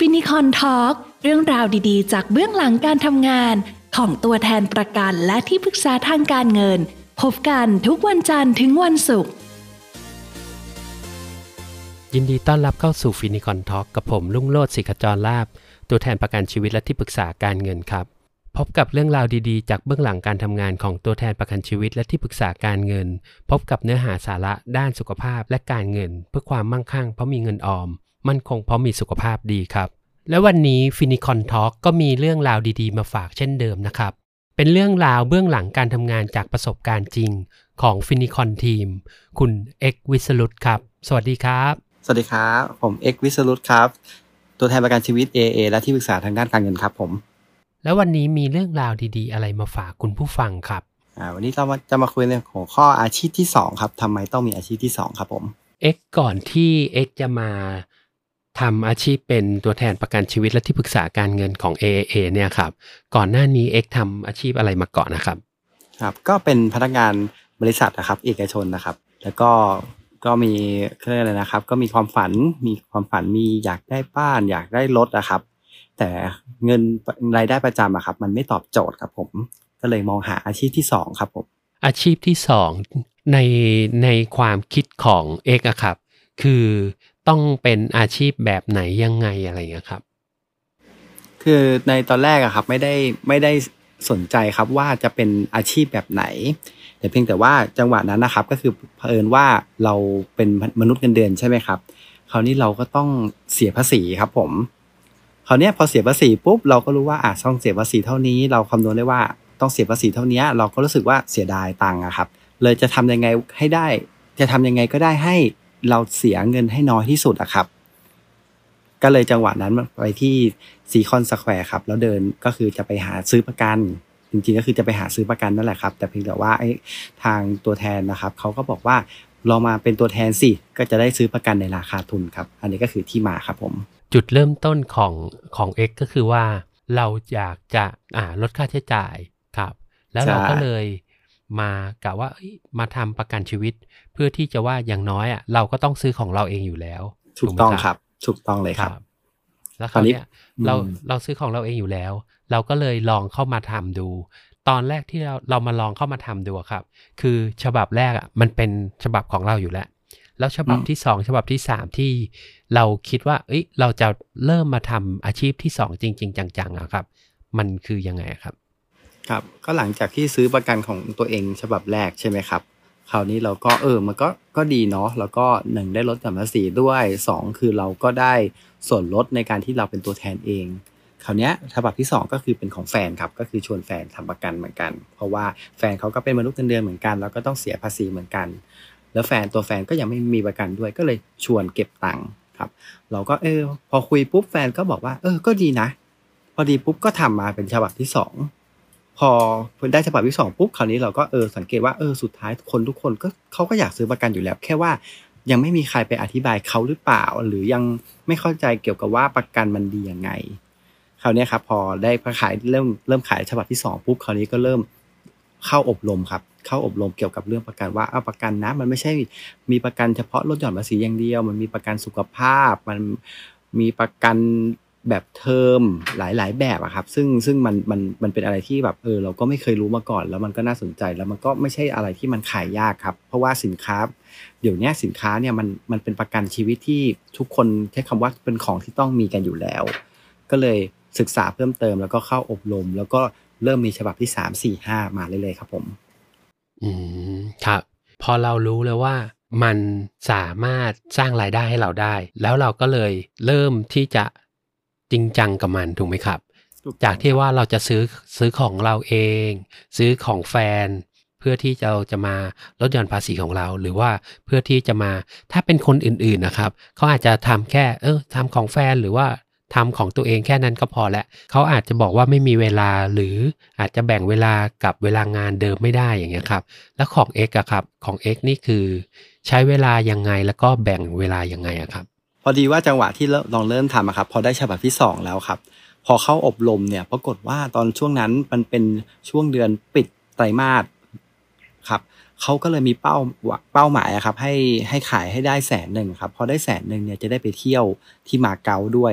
ฟินิคอนทอล์กเรื่องราวดีๆจากเบื้องหลังการทำงานของตัวแทนประกันและที่ปรึกษาทางการเงินพบกันทุกวันจันทร์ถึงวันศุกร์ยินดีต้อนรับเข้าสู่ฟินิคอนทอล์กกับผมรุ่งโรจน์ ศิขจรลาภตัวแทนประกันชีวิตและที่ปรึกษาการเงินครับพบกับเรื่องราวดีๆจากเบื้องหลังการทำงานของตัวแทนประกันชีวิตและที่ปรึกษาการเงินพบกับเนื้อหาสาระด้านสุขภาพและการเงินเพื่อความมั่งคั่งเพราะมีเงินออมมั่นคงเพราะมีสุขภาพดีครับและวันนี้ฟินิคอนทอล์กก็มีเรื่องราวดีๆมาฝากเช่นเดิมนะครับเป็นเรื่องราวเบื้องหลังการทำงานจากประสบการณ์จริงของฟินิคอนทีมคุณเอกวิศรุตครับสวัสดีครับสวัสดีครับผมเอกวิศรุตครับตัวแทนประกันชีวิต AA และที่ปรึกษาทางด้านการเงินครับผมแล้ววันนี้มีเรื่องราวดีๆอะไรมาฝากคุณผู้ฟังครับวันนี้เราจะมาคุยในหัวข้ออาชีพที่2ครับทำไมต้องมีอาชีพที่2ครับผมเอ็กก่อนที่เอ็กจะมาทำอาชีพเป็นตัวแทนประกันชีวิตและที่ปรึกษาการเงินของ AAA เนี่ยครับก่อนหน้านี้เอ็กทำอาชีพอะไรมาก่อนนะครับครับก็เป็นพนักงานบริษัทนะครับเอกชนนะครับแล้วก็มีเรียกอะไรนะครับก็มีความฝันมีอยากได้บ้านอยากได้รถนะครับแต่เงินรายได้ประจำอะครับมันไม่ตอบโจทย์ครับผมก็เลยมองหาอาชีพที่2ครับผมอาชีพที่2ในความคิดของเอกอะครับคือต้องเป็นอาชีพแบบไหนยังไงอะไรอย่างเงี้ยครับคือในตอนแรกอะครับไม่ได้สนใจครับว่าจะเป็นอาชีพแบบไหนแต่เพียงแต่ว่าจังหวะนั้นนะครับก็คือเผอิญว่าเราเป็นมนุษย์เงินเดือนใช่ไหมครับคราวนี้เราก็ต้องเสียภาษีครับผมคราวนี้พอเสียภาษีปุ๊บเราก็รู้ว่าต้องเสียภาษีเท่านี้เราคำนวณได้ว่าต้องเสียภาษีเท่านี้เราก็รู้สึกว่าเสียดายตังค์อะครับเลยจะทำยังไงก็ได้ให้เราเสียเงินให้น้อยที่สุดอะครับก็เลยจังหวะนั้นไปที่ซีคอนสแควร์ครับแล้วเดินก็คือจะไปหาซื้อประกันจริงๆก็คือจะไปหาซื้อประกันนั่นแหละครับแต่เพียงแต่ว่าทางตัวแทนนะครับเขาก็บอกว่าลองมาเป็นตัวแทนสิก็จะได้ซื้อประกันในราคาทุนครับอันนี้ก็คือที่มาครับผมจุดเริ่มต้นของเอ็กก็คือว่าเราอยากจะลดค่าใช้จ่ายครับแล้วเราก็เลยมากะว่ามาทำประกันชีวิตเพื่อที่จะว่าอย่างน้อยเราก็ต้องซื้อของเราเองอยู่แล้วถูกต้องครับถูกต้องเลยครับแล้วคราวนี้เราซื้อของเราเองอยู่แล้วเราก็เลยลองเข้ามาทำดูตอนแรกที่เรามาลองเข้ามาทำดูครับคือฉบับแรกมันเป็นฉบับของเราอยู่แล้วฉบับที่2ฉบับที่3ที่เราคิดว่าเราจะเริ่มมาทำอาชีพที่2จริงๆจังๆครับมันคือยังไงครับครับก็หลังจากที่ซื้อประกันของตัวเองฉบับแรกใช่ไหมครับคราวนี้เราก็มันก็ดีเนาะแล้วก็1ได้ลดหย่อนภาษีด้วย2คือเราก็ได้ส่วนลดในการที่เราเป็นตัวแทนเองคราวนี้ฉบับที่2ก็คือเป็นของแฟนครับก็คือชวนแฟนทำประกันเหมือนกันเพราะว่าแฟนเขาก็เป็นมนุษย์เงินเดือนเหมือนกันแล้วก็ต้องเสียภาษีเหมือนกันแล้วตัวแฟนก็ยังไม่มีประกันด้วยก็เลยชวนเก็บตังค์ครับเราก็พอคุยปุ๊บแฟนก็บอกว่าก็ดีนะพอดีปุ๊บก็ทำมาเป็นฉบับที่2พอได้ฉบับที่2ปุ๊บคราวนี้เราก็สังเกตว่าสุดท้ายทุกคนก็เขาก็อยากซื้อประกันอยู่แล้วแค่ว่ายังไม่มีใครไปอธิบายเขาหรือเปล่าหรือยังไม่เข้าใจเกี่ยวกับว่าประกันมันดียังไงคราวนี้ครับพอได้ขายเริ่มขายฉบับที่2ปุ๊บคราวนี้ก็เริ่มเข้าอบรมครับเข้าอบรมเกี่ยวกับเรื่องประกันว่าประกันนะมันไม่ใช่มีประกันเฉพาะลดหย่อนภาษีอย่างเดียวมันมีประกันสุขภาพมันมีประกันแบบเทอมหลายๆแบบอะครับซึ่งมันเป็นอะไรที่แบบเราก็ไม่เคยรู้มาก่อนแล้วมันก็น่าสนใจแล้วมันก็ไม่ใช่อะไรที่มันขายยากครับเพราะว่าสินค้าเดี๋ยวนี้สินค้าเนี่ยมันเป็นประกันชีวิตที่ทุกคนใช้คำว่าเป็นของที่ต้องมีกันอยู่แล้วก็เลยศึกษาเพิ่มเติมแล้วก็เข้าอบรมแล้วก็เริ่มมีฉบับที่3 4 5มาเรื่อยๆครับผมครับพอเรารู้แล้วว่ามันสามารถสร้างรายได้ให้เราได้แล้วเราก็เลยเริ่มที่จะจริงจังกับมันถูกไหมครับจากที่ว่าเราจะซื้อของเราเองซื้อของแฟนเพื่อที่เราจะมาลดหย่อนภาษีของเราหรือว่าเพื่อที่จะมาถ้าเป็นคนอื่นๆนะครับเขาอาจจะทำแค่ทำของแฟนหรือว่าทำของตัวเองแค่นั้นก็พอแล้วเขาอาจจะบอกว่าไม่มีเวลาหรืออาจจะแบ่งเวลากับเวลางานเดิมไม่ได้อย่างเงี้ยครับแล้วของ X อะครับของ X นี่คือใช้เวลายังไงแล้วก็แบ่งเวลายังไงอะครับพอดีว่าจังหวะที่ลองเริ่มทำครับพอได้ฉบับที่2แล้วครับพอเข้าอบรมเนี่ยปรากฏว่าตอนช่วงนั้นมันเป็นช่วงเดือนปิดไตรมาสครับเขาก็เลยมีเป้าหมายครับให้ขายให้ได้100,000ครับพอได้100,000เนี่ยจะได้ไปเที่ยวที่มาเก๊าด้วย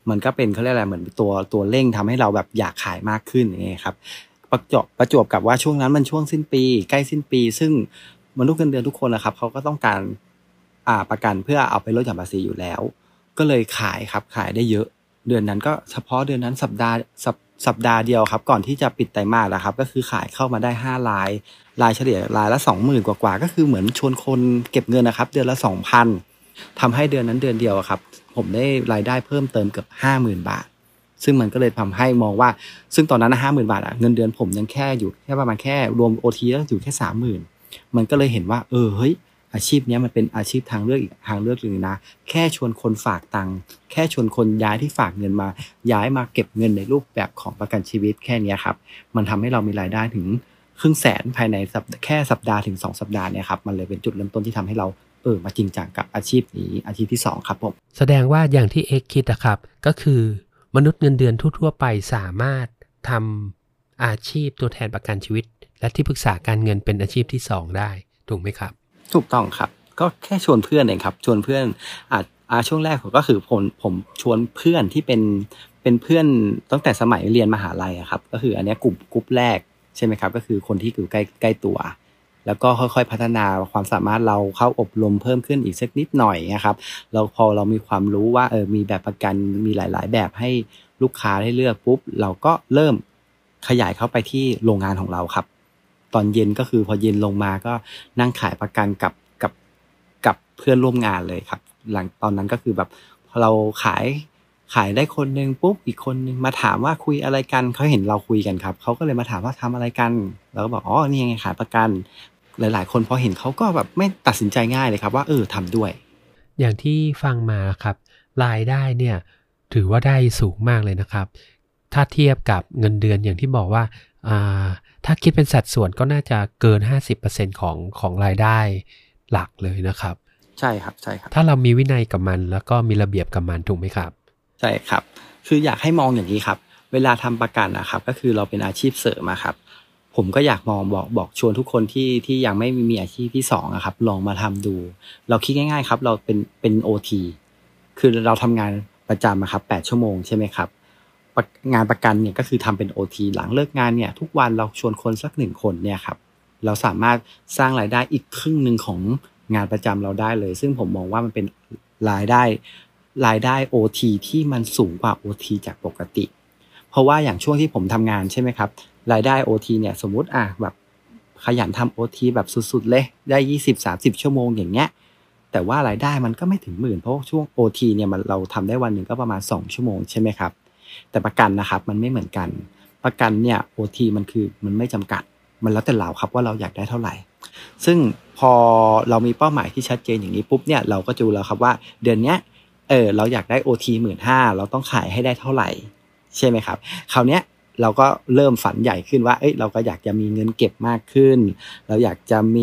มันก็เป็นเขาเรียกอะไรเหมือนตัวเร่งทำให้เราแบบอยากขายมากขึ้นอย่างเงี้ยครับประจวบกับว่าช่วงนั้นมันช่วงสิ้นปีใกล้สิ้นปีซึ่งมนุษย์เงินเดือนทุกคนนะครับเขาก็ต้องการประกันเพื่อเอาไปลดหย่อนภาษีอยู่แล้วก็เลยขายครับขายได้เยอะเดือนนั้นก็เฉพาะเดือนนั้นสัปดาห์เดียวครับก่อนที่จะปิดไตรมาสแล้วครับก็คือขายเข้ามาได้5รายเฉลี่ยรายละ 20,000 กว่าก็คือเหมือนชวนคนเก็บเงินนะครับเดือนละ 2,000 ทำให้เดือนนั้นเดือนเดียวครับผมได้รายได้เพิ่มเติมเกือบ 50,000 บาทซึ่งมันก็เลยทำให้มองว่าซึ่งตอนนั้น 50,000 บาทเงินเดือนผมยังแค่อยู่แค่ประมาณแค่รวม OT แล้วอยู่แค่ 30,000 มันก็เลยเห็นว่าเฮ้ยอาชีพนี้มันเป็นอาชีพทางเลือกอีกทางเลือกนึงนะแค่ชวนคนฝากตังค์แค่ชวนคนย้ายที่ฝากเงินมาย้ายมาเก็บเงินในรูปแบบของประกันชีวิตแค่นี้ครับมันทำให้เรามีรายได้ถึง500,000ภายในแค่สัปดาห์ถึง2สัปดาห์เนี่ยครับมันเลยเป็นจุดเริ่มต้นที่ทำให้เรามาจริงจังกับอาชีพนี้อาชีพที่2ครับผมแสดงว่าอย่างที่เอ็กคิดนะครับก็คือมนุษย์เงินเดือนทั่วๆไปสามารถทำอาชีพตัวแทนประกันชีวิตและที่ปรึกษาการเงินเป็นอาชีพที่2ได้ถูกไหมครับถูกต้องครับก็แค่ชวนเพื่อนเองครับชวนเพื่อนช่วงแรกก็คือผมชวนเพื่อนที่เป็นเพื่อนตั้งแต่สมัยเรียนมหาลัยครับก็คืออันนี้กลุ่มแรกใช่ไหมครับก็คือคนที่อยู่ใกล้ตัวแล้วก็ค่อยๆพัฒนาความสามารถเราเข้าอบรมเพิ่มขึ้นอีกสักนิดหน่อยนะครับพอเรามีความรู้ว่ามีแบบประกันมีหลายๆแบบให้ลูกค้าได้เลือกปุ๊บเราก็เริ่มขยายเข้าไปที่โรงงานของเราครับตอนเย็นก็คือพอเย็นลงมาก็นั่งขายประกันกับเพื่อนร่วมงานเลยครับหลังตอนนั้นก็คือแบบพอเราขายได้คนนึงปุ๊บอีกคนนึงมาถามว่าคุยอะไรกันเขาเห็นเราคุยกันครับเขาก็เลยมาถามว่าทำอะไรกันเราก็บอกนี่ไงขายประกันหลายๆคนพอเห็นเขาก็แบบไม่ตัดสินใจง่ายเลยครับว่าทำด้วยอย่างที่ฟังมาครับรายได้เนี่ยถือว่าได้สูงมากเลยนะครับถ้าเทียบกับเงินเดือนอย่างที่บอกว่าถ้าคิดเป็นสัดส่วนก็น่าจะเกิน 50% ของรายได้หลักเลยนะครับใช่ครับใช่ครับถ้าเรามีวินัยกับมันแล้วก็มีระเบียบกับมันถูกไหมครับใช่ครับคืออยากให้มองอย่างนี้ครับเวลาทำประกันนะครับก็คือเราเป็นอาชีพเสริมครับผมก็อยากมองบอกชวนทุกคนที่ยังไม่มีอาชีพที่2ครับลองมาทำดูเราคิดง่ายๆครับเราเป็น OT คือเราทำงานประจำครับ8 ชั่วโมงใช่ไหมครับงานประกันเนี่ยก็คือทำเป็น OT หลังเลิกงานเนี่ยทุกวันเราชวนคนสัก1 คนเนี่ยครับเราสามารถสร้างรายได้อีกครึ่งนึงของงานประจำเราได้เลยซึ่งผมมองว่ามันเป็นรายได้ OT ที่มันสูงกว่า OT จากปกติเพราะว่าอย่างช่วงที่ผมทำงานใช่ไหมครับรายได้ OT เนี่ยสมมุติแบบขยันทำ OT แบบสุดๆเลยได้ 20-30 ชั่วโมงอย่างเงี้ยแต่ว่ารายได้มันก็ไม่ถึง10,000เพราะช่วง OT เนี่ยเราทำได้วันหนึ่งก็ประมาณ2 ชั่วโมงใช่ไหมครับแต่ประกันนะครับมันไม่เหมือนกันประกันเนี่ย OT มันไม่จำกัดมันแล้วแต่เราครับว่าเราอยากได้เท่าไหร่ซึ่งพอเรามีเป้าหมายที่ชัดเจนอย่างนี้ปุ๊บเนี่ยเราก็จะรู้แล้วครับว่าเดือนเนี้ยเราอยากได้ OT 15,000เราต้องขายให้ได้เท่าไหร่ใช่ไหมครับคราวเนี้ยเราก็เริ่มฝันใหญ่ขึ้นว่าเราก็อยากจะมีเงินเก็บมากขึ้นเราอยากจะมี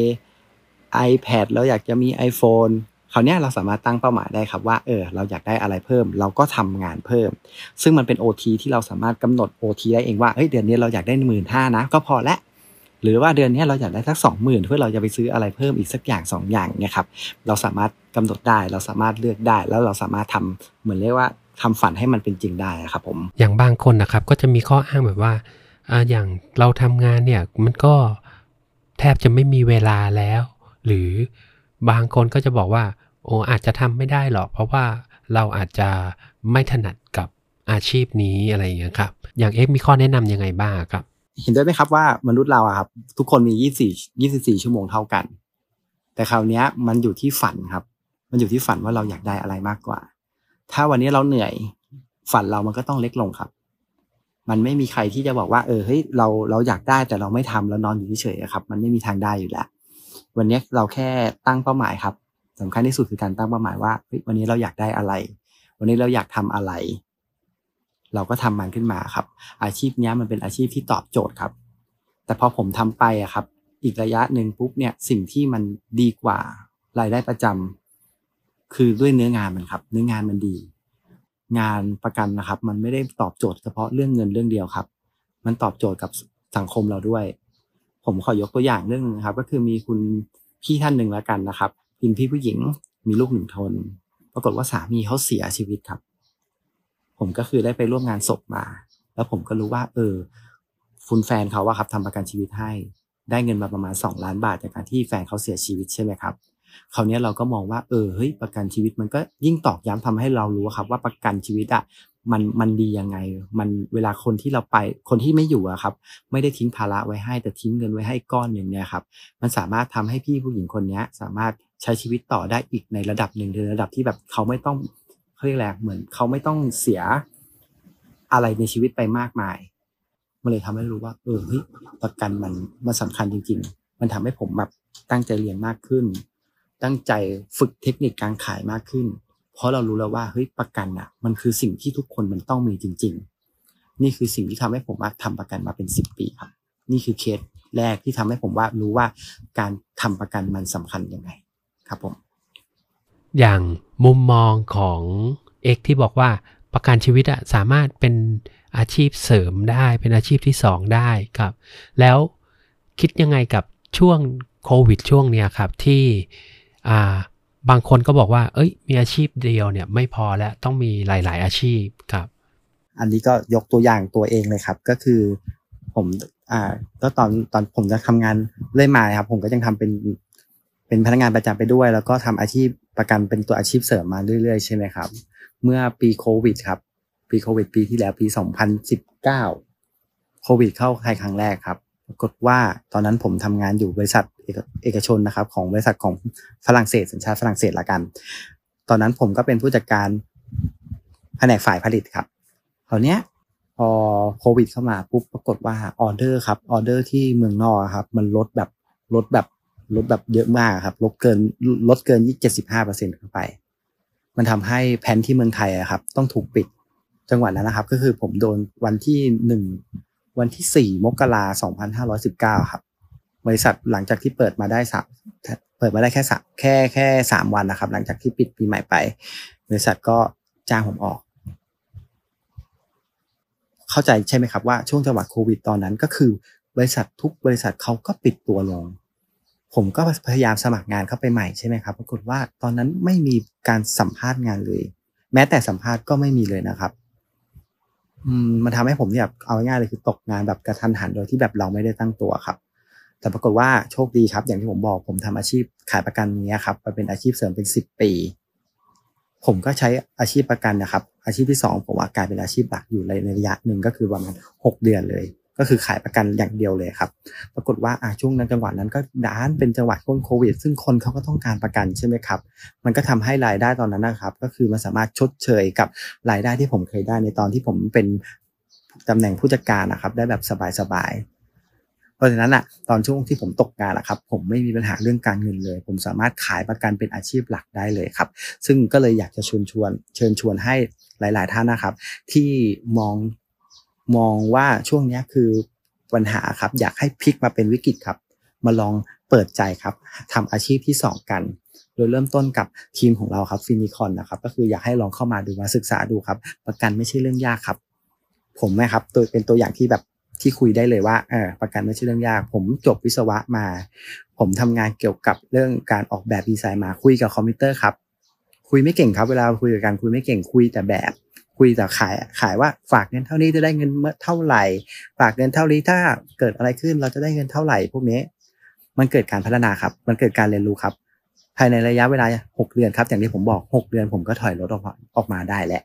iPad เราอยากจะมี iPhone คราวเนี้ยเราสามารถตั้งเป้าหมายได้ครับว่าเราอยากได้อะไรเพิ่มเราก็ทำงานเพิ่มซึ่งมันเป็น OT ที่เราสามารถกำหนด OT ได้เองว่าเดือนนี้เราอยากได้ 15,000 นะก็พอแล้วหรือว่าเดือนนี้เราอยากได้สัก 20,000 เพื่อเราจะไปซื้ออะไรเพิ่มอีกสักอย่าง2อย่างเนี่ยครับเราสามารถกำหนดได้เราสามารถเลือกได้แล้วเราสามารถทำเหมือนเรียกว่าทำฝันให้มันเป็นจริงได้ครับผมอย่างบางคนนะครับก็จะมีข้ออ้างแบบว่าอย่างเราทำงานเนี่ยมันก็แทบจะไม่มีเวลาแล้วหรือบางคนก็จะบอกว่าอาจจะทำไม่ได้หรอกเพราะว่าเราอาจจะไม่ถนัดกับอาชีพนี้อะไรอย่างเงี้ยครับอย่างเอ็กมีข้อแนะนำยังไงบ้างครับเห็นด้วยไหมครับว่ามนุษย์เราครับทุกคนมี24 ชั่วโมงเท่ากันแต่คราวนี้มันอยู่ที่ฝันครับมันอยู่ที่ฝันว่าเราอยากได้อะไรมากกว่าถ้าวันนี้เราเหนื่อยฝันเรามันก็ต้องเล็กลงครับมันไม่มีใครที่จะบอกว่าเฮ้ยเราอยากได้แต่เราไม่ทำแล้วนอนอยู่เฉยๆครับมันไม่มีทางได้อยู่แล้ววันนี้เราแค่ตั้งเป้าหมายครับสำคัญที่สุดคือการตั้งเป้าหมายว่าวันนี้เราอยากได้อะไรวันนี้เราอยากทำอะไรเราก็ทำมันขึ้นมาครับอาชีพนี้มันเป็นอาชีพที่ตอบโจทย์ครับแต่พอผมทำไปครับอีกระยะหนึ่งปุ๊บเนี่ยสิ่งที่มันดีกว่ารายได้ประจำคือด้วยเนื้องานมันครับเนื้องานมันดีงานประกันนะครับมันไม่ได้ตอบโจทย์เฉพาะเรื่องเงินเรื่องเดียวครับมันตอบโจทย์กับสังคมเราด้วยผมขอยกตัวอย่างเรื่องนึงครับก็คือมีคุณพี่ท่านหนึ่งแล้วกันนะครับเป็นพี่ผู้หญิงมีลูก1 คนปรากฏว่าสามีเขาเสียชีวิตครับผมก็คือได้ไปร่วมงานศพมาแล้วผมก็รู้ว่าคุณแฟนเขาว่าครับทำประกันชีวิตให้ได้เงินมาประมาณ2 ล้านบาทจากการที่แฟนเขาเสียชีวิตใช่ไหมครับคราวนี้เราก็มองว่าเฮ้ยประกันชีวิตมันก็ยิ่งตอกย้ำทำให้เรารู้ครับว่าประกันชีวิตมันดียังไงมันเวลาคนที่เราไปคนที่ไม่อยู่ครับไม่ได้ทิ้งภาระไว้ให้แต่ทิ้งเงินไว้ให้ก้อนหนึ่งเนี่ยครับมันสามารถทำให้พี่ผู้หญิงคนนี้สามารถใช้ชีวิตต่อได้อีกในระดับหนึ่งในระดับที่แบบเขาไม่ต้องเรียกอะไรเหมือนเขาไม่ต้องเสียอะไรในชีวิตไปมากมายมันเลยทำให้รู้ว่าเฮ้ยประกันมันสำคัญจริงๆมันทำให้ผมแบบตั้งใจเรียนมากขึ้นตั้งใจฝึกเทคนิคการขายมากขึ้นเพราะเรารู้แล้วว่าเฮ้ยประกันมันคือสิ่งที่ทุกคนมันต้องมีจริงๆนี่คือสิ่งที่ทำให้ผมทำประกันมาเป็น10 ปีครับนี่คือเคสแรกที่ทำให้ผมว่ารู้ว่าการทำประกันมันสำคัญยังไงครับผมอย่างมุมมองของเอกที่บอกว่าประกันชีวิตสามารถเป็นอาชีพเสริมได้เป็นอาชีพที่2ได้ครับแล้วคิดยังไงกับช่วงโควิดช่วงเนี้ยครับที่บางคนก็บอกว่ามีอาชีพเดียวเนี่ยไม่พอแล้วต้องมีหลายๆอาชีพครับอันนี้ก็ยกตัวอย่างตัวเองเลยครับก็คือผมก็ตอนผมจะทำงานเรื่อยมาครับผมก็ยังทำเป็นพนักงานประจำไปด้วยแล้วก็ทำอาชีพประกันเป็นตัวอาชีพเสริมมาเรื่อยๆใช่ไหมครับเมื่อปีโควิดครับปีโควิดปีที่แล้วปี2019โควิดเข้าไทยครั้งแรกครับปรากฏว่าตอนนั้นผมทำงานอยู่บริษัทเอกชนนะครับของบริษัทของฝรั่งเศสสัญชาติฝรั่งเศสละกันตอนนั้นผมก็เป็นผู้จัดการแผนกฝ่ายผลิตครับคราวเนี้ยพอโควิดเข้ามาปุ๊บปรากฏว่าออเดอร์ที่เมืองนอกครับมันลดแบบเยอะมากครับลดเกิน 75% เข้าไปมันทำให้แผนที่เมืองไทยครับต้องถูกปิดจังหวัดนั้นนะครับก็คือผมโดนวันที่4 มกราคม 2519ครับบริษัทหลังจากที่เปิดมาได้แค่3 วันนะครับหลังจากที่ปิดปีใหม่ไปบริษัทก็จ้างผมออกเข้าใจใช่ไหมครับว่าช่วงจังหวะโควิดตอนนั้นก็คือบริษัททุกบริษัทเขาก็ปิดตัวลงผมก็พยายามสมัครงานเข้าไปใหม่ใช่ไหมครับปรากฏว่าตอนนั้นไม่มีการสัมภาษณ์งานเลยแม้แต่สัมภาษณ์ก็ไม่มีเลยนะครับมันทำให้ผมเนี่ยเอาง่ายๆเลยคือตกงานแบบกระทันหันโดยที่แบบเราไม่ได้ตั้งตัวครับแต่ปรากฏว่าโชคดีครับอย่างที่ผมบอกผมทำอาชีพขายประกันนี้ครับมาเป็นอาชีพเสริมเป็น10 ปีผมก็ใช้อาชีพประกันนะครับอาชีพที่2ผมกลายเป็นอาชีพหลักอยู่ในระยะหนึ่งก็คือประมาณ6 เดือนเลยก็คือขายประกันอย่างเดียวเลยครับปรากฏว่าช่วงนั้นจังหวะนั้นก็ด้านเป็นจังหวะช่วงโควิดซึ่งคนเขาก็ต้องการประกันใช่ไหมครับมันก็ทำให้รายได้ตอนนั้นนะครับก็คือมันสามารถชดเชยกับรายได้ที่ผมเคยได้ในตอนที่ผมเป็นตำแหน่งผู้จัดการนะครับได้แบบสบายๆเพราะฉะนั้นตอนช่วงที่ผมตกงานครับผมไม่มีปัญหาเรื่องการเงินเลยผมสามารถขายประกันเป็นอาชีพหลักได้เลยครับซึ่งก็เลยอยากจะเชิญชวนให้หลายๆท่านนะครับที่มองว่าช่วงนี้คือปัญหาครับอยากให้พลิกมาเป็นวิกฤตครับมาลองเปิดใจครับทำอาชีพที่2กันโดยเริ่มต้นกับทีมของเราครับฟินิคอนนะครับก็คืออยากให้ลองเข้ามาดูมาศึกษาดูครับประกันไม่ใช่เรื่องยากครับผมนะครับเป็นตัวอย่างที่แบบที่คุยได้เลยว่าประกันไม่ใช่เรื่องยากผมจบวิศวะมาผมทำงานเกี่ยวกับเรื่องการออกแบบดีไซน์มาคุยกับคอมพิวเตอร์ครับคุยไม่เก่งครับเวลาคุยกันคุยไม่เก่งคุยแต่แบบคุยแต่ขายว่าฝากเงินเท่านี้จะได้เงินเท่าไหร่ฝากเงินเท่านี้ถ้าเกิดอะไรขึ้นเราจะได้เงินเท่าไหร่พวกนี้มันเกิดการพัฒนาครับมันเกิดการเรียนรู้ครับภายในระยะเวลา6 เดือนครับอย่างที่ผมบอก6 เดือนผมก็ถอยรถออกมาได้แล้ว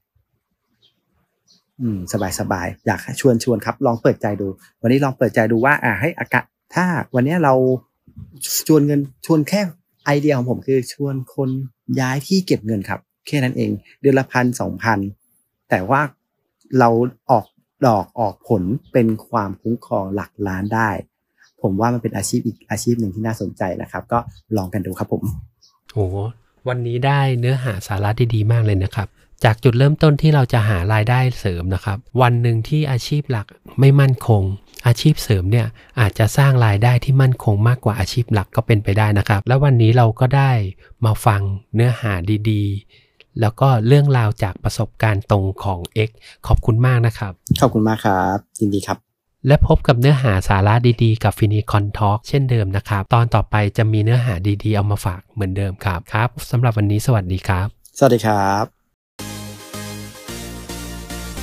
สบายอยากชวนครับลองเปิดใจดูวันนี้ลองเปิดใจดูว่าให้ถ้าวันนี้เราชวนแค่ไอเดียของผมคือชวนคนย้ายที่เก็บเงินครับแค่นั้นเองเดือนละ1,000-2,000แต่ว่าเราออกดอกออกผลเป็นความคุ้มครองหลักล้านได้ผมว่ามันเป็นอาชีพอีกอาชีพหนึ่งที่น่าสนใจนะครับก็ลองกันดูครับผมโอ้วันนี้ได้เนื้อหาสาระดีๆมากเลยนะครับจากจุดเริ่มต้นที่เราจะหารายได้เสริมนะครับวันหนึ่งที่อาชีพหลักไม่มั่นคงอาชีพเสริมเนี่ยอาจจะสร้างรายได้ที่มั่นคงมากกว่าอาชีพหลักก็เป็นไปได้นะครับและวันนี้เราก็ได้มาฟังเนื้อหาดีๆแล้วก็เรื่องราวจากประสบการณ์ตรงของ X ขอบคุณมากนะครับขอบคุณมากครับยินดีครับและพบกับเนื้อหาสาระดีๆกับ Finicon Talk เช่นเดิมนะครับตอนต่อไปจะมีเนื้อหาดีๆเอามาฝากเหมือนเดิมครับสำหรับวันนี้สวัสดีครับสวัสดีครับ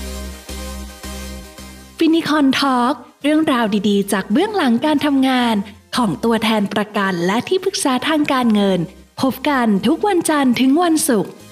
ฟินิคอนทอล์กเรื่องราวดีๆจากเบื้องหลังการทำงานของตัวแทนประกันและที่ปรึกษาทางการเงินพบกันทุกวันจันทร์ถึงวันศุกร์